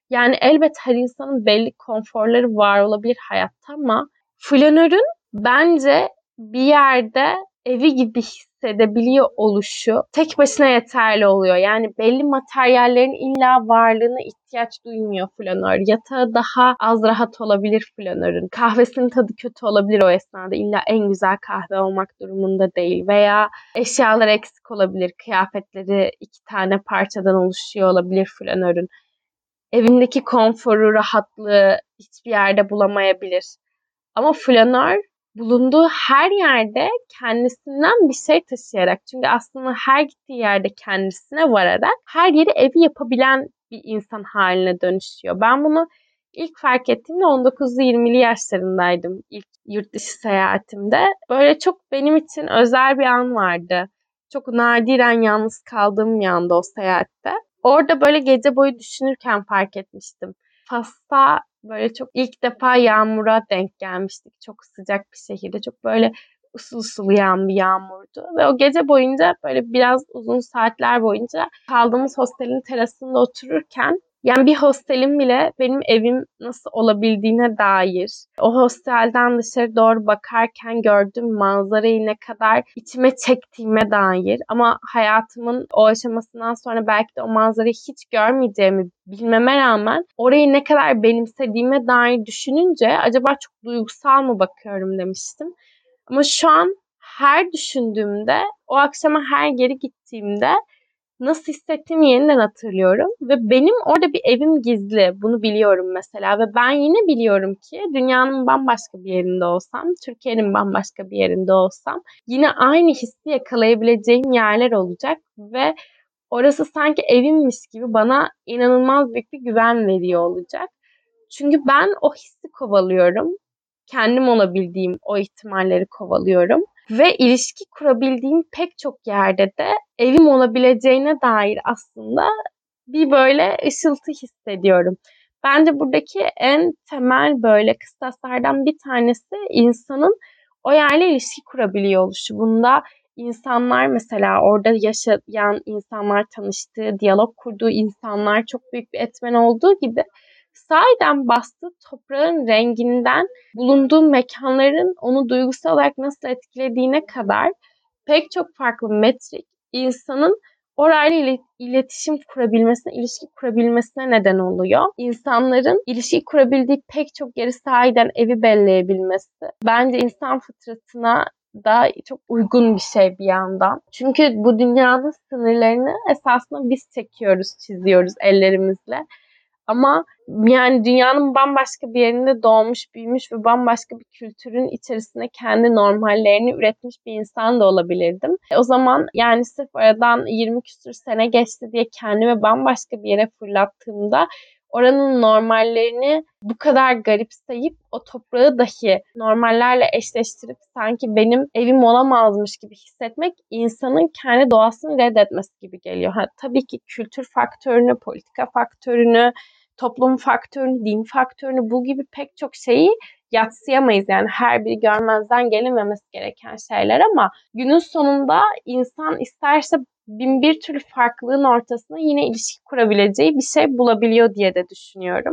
Yani elbet her insanın belli konforları var olabilir hayatta ama flanörün bence bir yerde evi gibi hissedebiliyor oluşu tek başına yeterli oluyor. Yani belli materyallerin illa varlığına ihtiyaç duymuyor flanör. Yatağı daha az rahat olabilir flanörün. Kahvesinin tadı kötü olabilir o esnada. İlla en güzel kahve olmak durumunda değil. Veya eşyalar eksik olabilir. Kıyafetleri iki tane parçadan oluşuyor olabilir flanörün. Evindeki konforu, rahatlığı hiçbir yerde bulamayabilir. Ama flanör bulunduğu her yerde kendisinden bir şey taşıyarak, çünkü aslında her gittiği yerde kendisine vararak her yeri evi yapabilen bir insan haline dönüşüyor. Ben bunu ilk fark ettiğimde on dokuzlu yirmili yaşlarındaydım ilk yurt dışı seyahatimde. Böyle çok benim için özel bir an vardı. Çok nadiren yalnız kaldığım bir anda o seyahatte. Orada böyle gece boyu düşünürken fark etmiştim. Fas'ta böyle çok ilk defa yağmura denk gelmiştik. Çok sıcak bir şehirde. Çok böyle usul usul yağan bir yağmurdu. Ve o gece boyunca böyle biraz uzun saatler boyunca kaldığımız hostelin terasında otururken yani bir hostelin bile benim evim nasıl olabildiğine dair, o hostelden dışarı doğru bakarken gördüğüm manzarayı ne kadar içime çektiğime dair, ama hayatımın o aşamasından sonra belki de o manzarayı hiç görmeyeceğimi bilmeme rağmen orayı ne kadar benimsediğime dair düşününce acaba çok duygusal mı bakıyorum demiştim. Ama şu an her düşündüğümde, o akşama her geri gittiğimde nasıl hissettiğimi yeniden hatırlıyorum ve benim orada bir evim gizli. Bunu biliyorum mesela ve ben yine biliyorum ki dünyanın bambaşka bir yerinde olsam, Türkiye'nin bambaşka bir yerinde olsam yine aynı hissi yakalayabileceğim yerler olacak ve orası sanki evimmiş gibi bana inanılmaz büyük bir güven veriyor olacak. Çünkü ben o hissi kovalıyorum. Kendim olabildiğim o ihtimalleri kovalıyorum. Ve ilişki kurabildiğim pek çok yerde de evim olabileceğine dair aslında bir böyle ışıltı hissediyorum. Bence buradaki en temel böyle kıstaslardan bir tanesi insanın o yerle ilişki kurabiliyor oluşu. Bunda insanlar, mesela orada yaşayan insanlar, tanıştığı, diyalog kurduğu insanlar çok büyük bir etmen olduğu gibi sahiden bastığı toprağın renginden bulunduğu mekanların onu duygusal olarak nasıl etkilediğine kadar pek çok farklı metrik insanın orayla iletişim kurabilmesine, ilişki kurabilmesine neden oluyor. İnsanların ilişki kurabildiği pek çok yeri sahiden evi belleyebilmesi bence insan fıtratına da çok uygun bir şey bir yandan. Çünkü bu dünyanın sınırlarını esasında biz çekiyoruz, çiziyoruz ellerimizle. Ama yani dünyanın bambaşka bir yerinde doğmuş, büyümüş ve bambaşka bir kültürün içerisinde kendi normallerini üretmiş bir insan da olabilirdim. E o zaman yani sırf aradan yirmi küsur sene geçti diye kendimi bambaşka bir yere fırlattığımda oranın normallerini bu kadar garipseyip o toprağı dahi normallerle eşleştirip sanki benim evim olamazmış gibi hissetmek insanın kendi doğasını reddetmesi gibi geliyor. Ha, tabii ki kültür faktörünü, politika faktörünü, toplum faktörünü, din faktörünü, bu gibi pek çok şeyi yadsıyamayız. Yani her biri görmezden gelinmemesi gereken şeyler ama günün sonunda insan isterse bin bir türlü farklılığın ortasında yine ilişki kurabileceği bir şey bulabiliyor diye de düşünüyorum.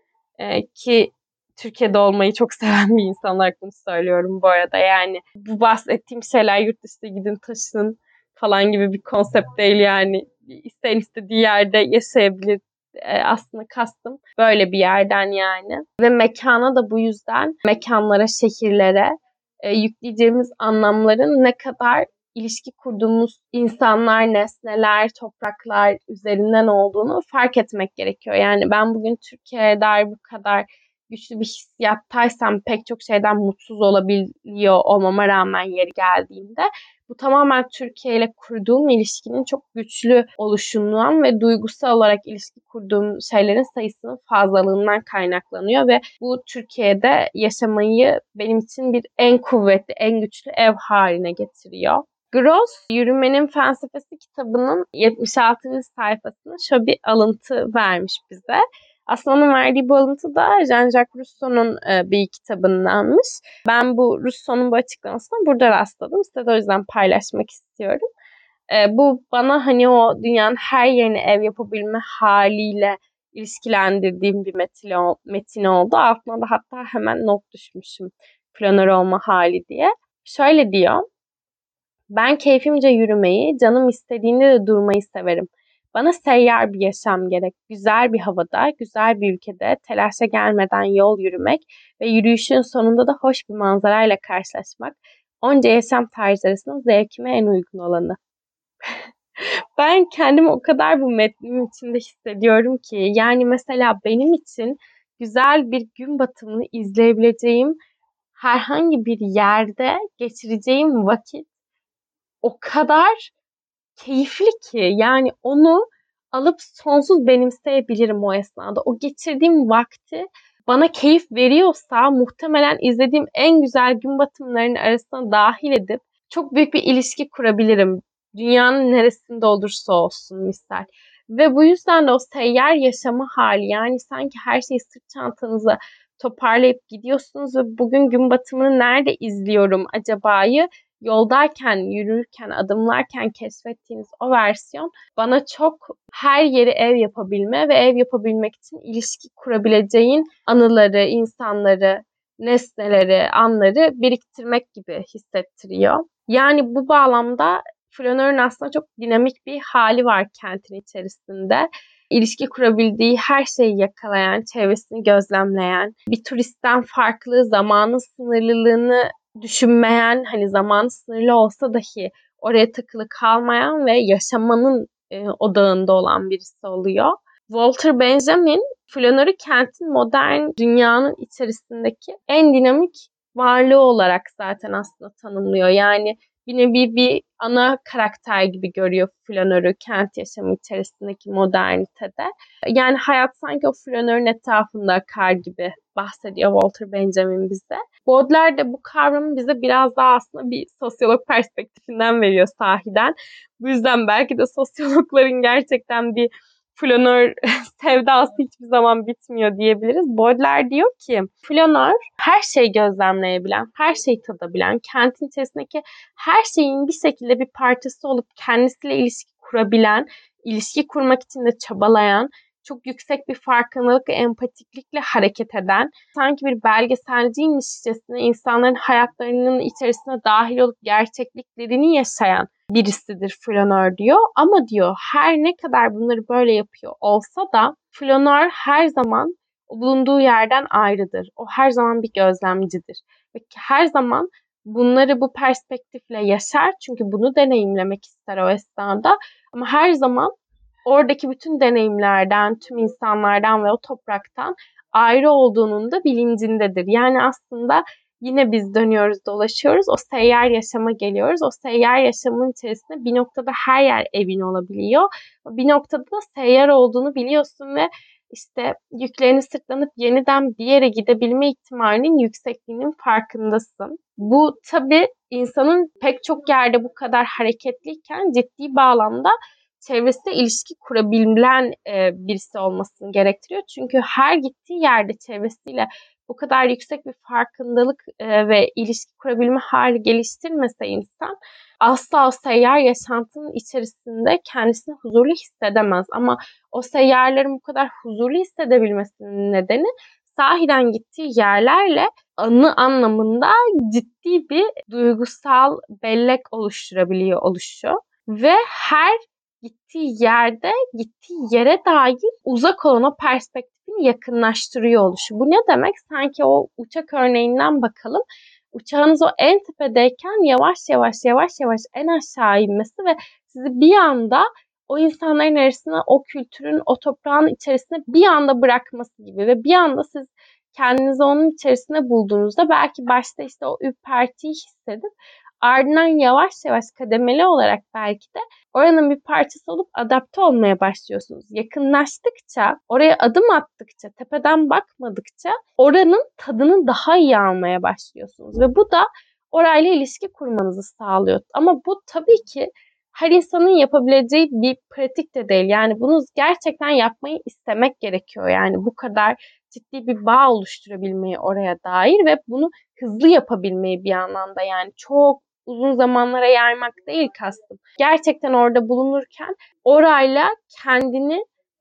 Ee, ki Türkiye'de olmayı çok seven bir insan olarak bunu söylüyorum bu arada. Yani bu bahsettiğim şeyler yurt dışına gidin taşının falan gibi bir konsept değil yani. İsteyen istediği yerde yaşayabilir. Ee, aslında kastım böyle bir yerden yani. Ve mekana da bu yüzden mekanlara, şehirlere e, yükleyeceğimiz anlamların ne kadar ilişki kurduğumuz insanlar, nesneler, topraklar üzerinden olduğunu fark etmek gerekiyor. Yani ben bugün Türkiye'ye dair bu kadar güçlü bir hissiyattaysam, pek çok şeyden mutsuz olabiliyor olmama rağmen yeri geldiğinde, bu tamamen Türkiye ile kurduğum ilişkinin çok güçlü oluşundan ve duygusal olarak ilişki kurduğum şeylerin sayısının fazlalığından kaynaklanıyor ve bu Türkiye'de yaşamayı benim için bir en kuvvetli, en güçlü ev haline getiriyor. Gross, Yürümenin Felsefesi kitabının yetmiş altıncı sayfasında şöyle bir alıntı vermiş bize. Aslında onun verdiği bu alıntı da Jean-Jacques Rousseau'nun bir kitabındanmış. Ben bu Rousseau'nun bu açıklamasına burada rastladım. Size de o yüzden paylaşmak istiyorum. Bu bana hani o dünyanın her yerine ev yapabilme haliyle ilişkilendirdiğim bir metin, metin oldu. Altına da hatta hemen not düşmüşüm. Flanör olma hali diye. Şöyle diyor. Ben keyfimce yürümeyi, canım istediğinde de durmayı severim. Bana seyyar bir yaşam gerek. Güzel bir havada, güzel bir ülkede, telaşa gelmeden yol yürümek ve yürüyüşün sonunda da hoş bir manzarayla karşılaşmak. Onca yaşam tarzı arasında zevkime en uygun olanı. Ben kendimi o kadar bu metnin içinde hissediyorum ki. Yani mesela benim için güzel bir gün batımını izleyebileceğim herhangi bir yerde geçireceğim vakit o kadar keyifli ki. Yani onu alıp sonsuz benimseyebilirim o esnada. O geçirdiğim vakti bana keyif veriyorsa muhtemelen izlediğim en güzel gün batımlarının arasına dahil edip çok büyük bir ilişki kurabilirim. Dünyanın neresinde olursa olsun misal. Ve bu yüzden de o seyyar yaşama hali, yani sanki her şeyi sırt çantanıza toparlayıp gidiyorsunuz ve bugün gün batımını nerede izliyorum acaba'yı yoldayken, yürürken, adımlarken keşfettiğiniz o versiyon bana çok her yeri ev yapabilme ve ev yapabilmek için ilişki kurabileceğin anıları, insanları, nesneleri, anları biriktirmek gibi hissettiriyor. Yani bu bağlamda Flanör'ün aslında çok dinamik bir hali var kentin içerisinde. İlişki kurabildiği her şeyi yakalayan, çevresini gözlemleyen, bir turistten farklı, zamanın sınırlılığını düşünmeyen, hani zamanı sınırlı olsa dahi oraya takılı kalmayan ve yaşamanın e, odağında olan birisi oluyor. Walter Benjamin, Flanör'ü kentin modern dünyanın içerisindeki en dinamik varlığı olarak zaten aslında tanımlıyor. Yani bir nevi bir ana karakter gibi görüyor Flanör'ü kent yaşamı içerisindeki modernitede. Yani hayat sanki o Flanör'ün etrafında akar gibi bahsediyor Walter Benjamin bize. Baudelaire de bu kavramı bize biraz daha aslında bir sosyolog perspektifinden veriyor sahiden. Bu yüzden belki de sosyologların gerçekten bir Flanör sevdası hiçbir zaman bitmiyor diyebiliriz. Baudelaire diyor ki Flanör her şeyi gözlemleyebilen, her şeyi tadabilen, kentin içerisindeki her şeyin bir şekilde bir parçası olup kendisiyle ilişki kurabilen, ilişki kurmak için de çabalayan, çok yüksek bir farkındalık ve empatiklikle hareket eden, sanki bir belgeselciymişçesine insanların hayatlarının içerisine dahil olup gerçekliklerini yaşayan birisidir Flanör diyor. Ama diyor her ne kadar bunları böyle yapıyor olsa da Flanör her zaman bulunduğu yerden ayrıdır. O her zaman bir gözlemcidir. Ve her zaman bunları bu perspektifle yaşar. Çünkü bunu deneyimlemek ister o esnada. Ama her zaman oradaki bütün deneyimlerden, tüm insanlardan ve o topraktan ayrı olduğunun da bilincindedir. Yani aslında yine biz dönüyoruz, dolaşıyoruz. O seyyar yaşama geliyoruz. O seyyar yaşamın içerisinde bir noktada her yer evin olabiliyor. Bir noktada da seyyar olduğunu biliyorsun ve işte yüklerini sırtlanıp yeniden bir yere gidebilme ihtimalinin yüksekliğinin farkındasın. Bu tabii insanın pek çok yerde bu kadar hareketliyken ciddi bağlamda çevresiyle ilişki kurabilen e, birisi olmasını gerektiriyor. Çünkü her gittiği yerde çevresiyle bu kadar yüksek bir farkındalık e, ve ilişki kurabilme hali geliştirmese insan asla o seyyar yaşantının içerisinde kendisini huzurlu hissedemez. Ama o seyyarların bu kadar huzurlu hissedebilmesinin nedeni sahiden gittiği yerlerle anı anlamında ciddi bir duygusal bellek oluşturabiliyor oluşu. Ve her gittiği yerde, gittiği yere dair uzak olan o perspektifini yakınlaştırıyor oluşu. Bu ne demek? Sanki o uçak örneğinden bakalım. Uçağınız o en tepedeyken yavaş yavaş yavaş yavaş en aşağı inmesi ve sizi bir anda o insanların arasına, o kültürün, o toprağın içerisine bir anda bırakması gibi ve bir anda siz kendinizi onun içerisine bulduğunuzda belki başta işte o ürpertiyi hissedip ardından yavaş yavaş kademeli olarak belki de oranın bir parçası olup adapte olmaya başlıyorsunuz. Yakınlaştıkça, oraya adım attıkça, tepeden bakmadıkça oranın tadını daha iyi almaya başlıyorsunuz. Ve bu da orayla ilişki kurmanızı sağlıyor. Ama bu tabii ki her insanın yapabileceği bir pratik de değil. Yani bunu gerçekten yapmayı istemek gerekiyor. Yani bu kadar ciddi bir bağ oluşturabilmeyi oraya dair ve bunu hızlı yapabilmeyi bir anlamda, yani çok uzun zamanlara yaymak değil kastım. Gerçekten orada bulunurken orayla kendini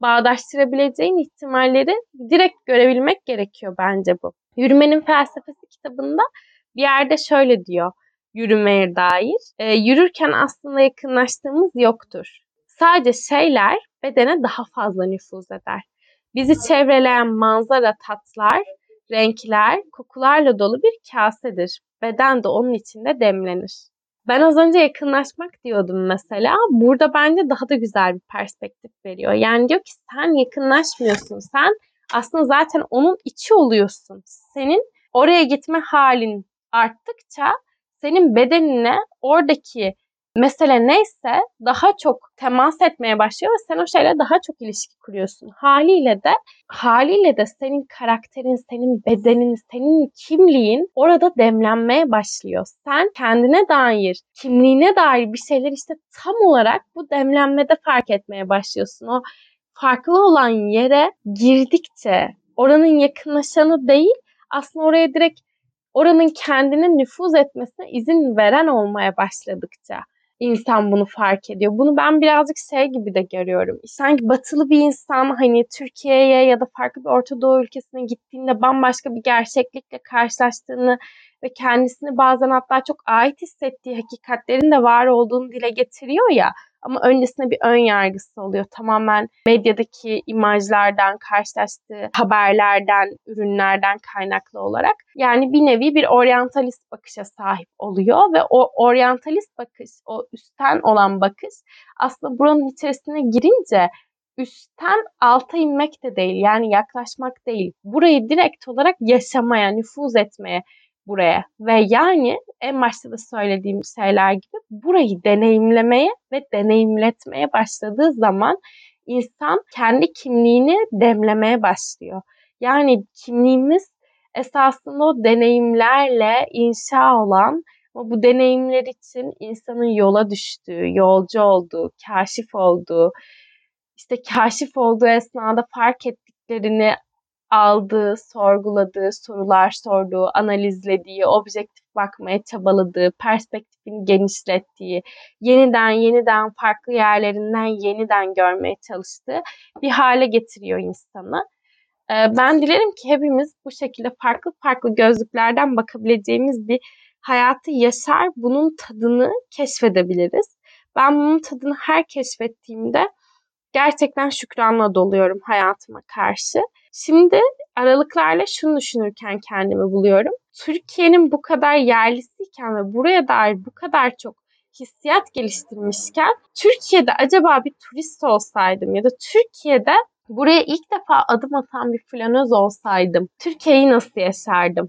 bağdaştırabileceğin ihtimalleri direkt görebilmek gerekiyor bence bu. Yürümenin Felsefesi kitabında bir yerde şöyle diyor yürümeye dair. E, yürürken aslında yakınlaştığımız yoktur. Sadece şeyler bedene daha fazla nüfuz eder. Bizi çevreleyen manzara, tatlar, renkler, kokularla dolu bir kasedir. Beden de onun içinde demlenir. Ben az önce yakınlaşmak diyordum mesela. Burada bence daha da güzel bir perspektif veriyor. Yani diyor ki sen yakınlaşmıyorsun. Sen aslında zaten onun içi oluyorsun. Senin oraya gitme halin arttıkça senin bedenine oradaki mesele neyse daha çok temas etmeye başlıyor ve sen o şeyle daha çok ilişki kuruyorsun. Haliyle de haliyle de senin karakterin, senin bedenin, senin kimliğin orada demlenmeye başlıyor. Sen kendine dair, kimliğine dair bir şeyler işte tam olarak bu demlenmede fark etmeye başlıyorsun. O farklı olan yere girdikçe oranın yakınlaşanı değil, aslında oraya direkt oranın kendine nüfuz etmesine izin veren olmaya başladıkça insan bunu fark ediyor. Bunu ben birazcık şey gibi de görüyorum. Sanki batılı bir insan hani Türkiye'ye ya da farklı bir Orta Doğu ülkesine gittiğinde bambaşka bir gerçeklikle karşılaştığını ve kendisini bazen hatta çok ait hissettiği hakikatlerin de var olduğunu dile getiriyor ya. Ama öncesinde bir ön yargısı oluyor. Tamamen medyadaki imajlardan, karşılaştığı haberlerden, ürünlerden kaynaklı olarak. Yani bir nevi bir oryantalist bakışa sahip oluyor ve o oryantalist bakış, o üstten olan bakış aslında buranın içerisine girince üstten alta inmek de değil, yani yaklaşmak değil. Burayı direkt olarak yaşamaya, nüfuz etmeye buraya ve yani en başta da söylediğim şeyler gibi burayı deneyimlemeye ve deneyimletmeye başladığı zaman insan kendi kimliğini demlemeye başlıyor. Yani kimliğimiz esasında o deneyimlerle inşa olan ama bu deneyimler için insanın yola düştüğü, yolcu olduğu, kaşif olduğu, işte kaşif olduğu esnada fark ettiklerini aldığı, sorguladığı, sorular sorduğu, analizlediği, objektif bakmaya çabaladığı, perspektifini genişlettiği, yeniden yeniden farklı yerlerinden yeniden görmeye çalıştığı bir hale getiriyor insanı. Ben dilerim ki hepimiz bu şekilde farklı farklı gözlüklerden bakabileceğimiz bir hayatı yaşar, bunun tadını keşfedebiliriz. Ben bunun tadını her keşfettiğimde gerçekten şükranla doluyorum hayatıma karşı. Şimdi aralıklarla şunu düşünürken kendimi buluyorum. Türkiye'nin bu kadar yerlisiyken ve buraya dair bu kadar çok hissiyat geliştirmişken Türkiye'de acaba bir turist olsaydım ya da Türkiye'de buraya ilk defa adım atan bir flanöz olsaydım Türkiye'yi nasıl yaşardım?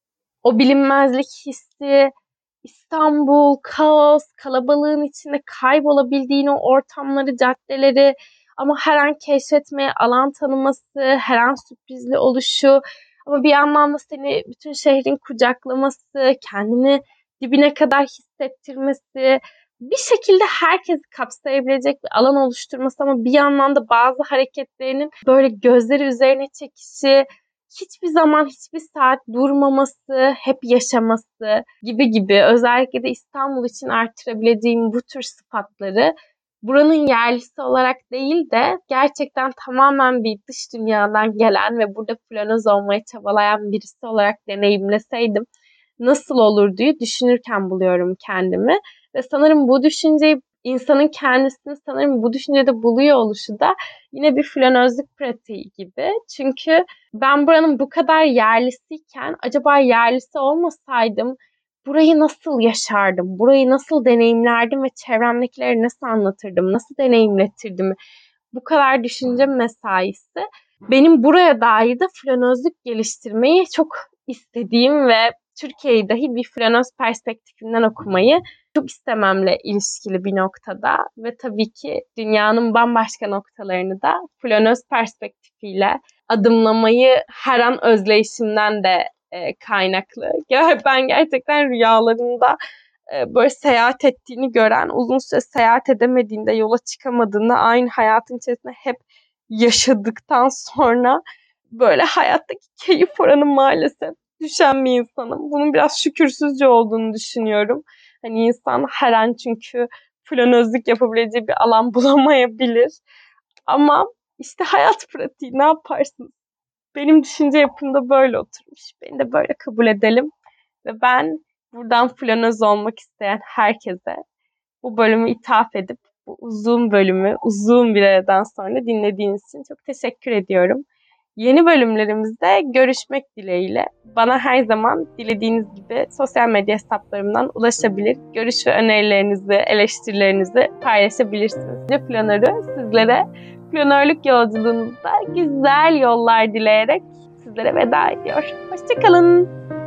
O bilinmezlik hissi, İstanbul, kaos, kalabalığın içinde kaybolabildiğin o ortamları, caddeleri ama her an keşfetmeye alan tanıması, her an sürprizli oluşu ama bir yandan da seni bütün şehrin kucaklaması, kendini dibine kadar hissettirmesi, bir şekilde herkesi kapsayabilecek bir alan oluşturması ama bir yandan da bazı hareketlerinin böyle gözleri üzerine çekişi, hiçbir zaman hiçbir saat durmaması, hep yaşaması gibi gibi özellikle de İstanbul için arttırabileceğim bu tür sıfatları buranın yerlisi olarak değil de gerçekten tamamen bir dış dünyadan gelen ve burada flanoz olmaya çabalayan birisi olarak deneyimleseydim nasıl olur diye düşünürken buluyorum kendimi. Ve sanırım bu düşünceyi insanın kendisini sanırım bu düşüncede buluyor oluşu da yine bir flanözlük pratiği gibi. Çünkü ben buranın bu kadar yerlisiyken acaba yerlisi olmasaydım burayı nasıl yaşardım, burayı nasıl deneyimlerdim ve çevremdekilere nasıl anlatırdım, nasıl deneyimletirdim? Bu kadar düşünce mesaisi benim buraya dair de flanözlük geliştirmeyi çok istediğim ve Türkiye'yi dahi bir flanöz perspektifinden okumayı çok istememle ilişkili bir noktada ve tabii ki dünyanın bambaşka noktalarını da flanöz perspektifiyle adımlamayı her an özleyişimden de e, kaynaklı. Ben gerçekten rüyalarımda e, böyle seyahat ettiğini gören, uzun süre seyahat edemediğinde, yola çıkamadığında aynı hayatın içerisinde hep yaşadıktan sonra böyle hayattaki keyif oranı maalesef düşen bir insanım. Bunun biraz şükürsüzce olduğunu düşünüyorum. Hani insan her an çünkü flanözlük yapabileceği bir alan bulamayabilir. Ama İşte hayat pratiği, ne yaparsınız? Benim düşünce yapımda böyle oturmuş. Beni de böyle kabul edelim. Ve ben buradan flanoz olmak isteyen herkese bu bölümü ithaf edip bu uzun bölümü uzun bir aradan sonra dinlediğiniz için çok teşekkür ediyorum. Yeni bölümlerimizde görüşmek dileğiyle. Bana her zaman dilediğiniz gibi sosyal medya hesaplarımdan ulaşabilir. Görüş ve önerilerinizi, eleştirilerinizi paylaşabilirsiniz. Ve planörü sizlere planörlük yolculuğunuzda güzel yollar dileyerek sizlere veda ediyor. Hoşçakalın.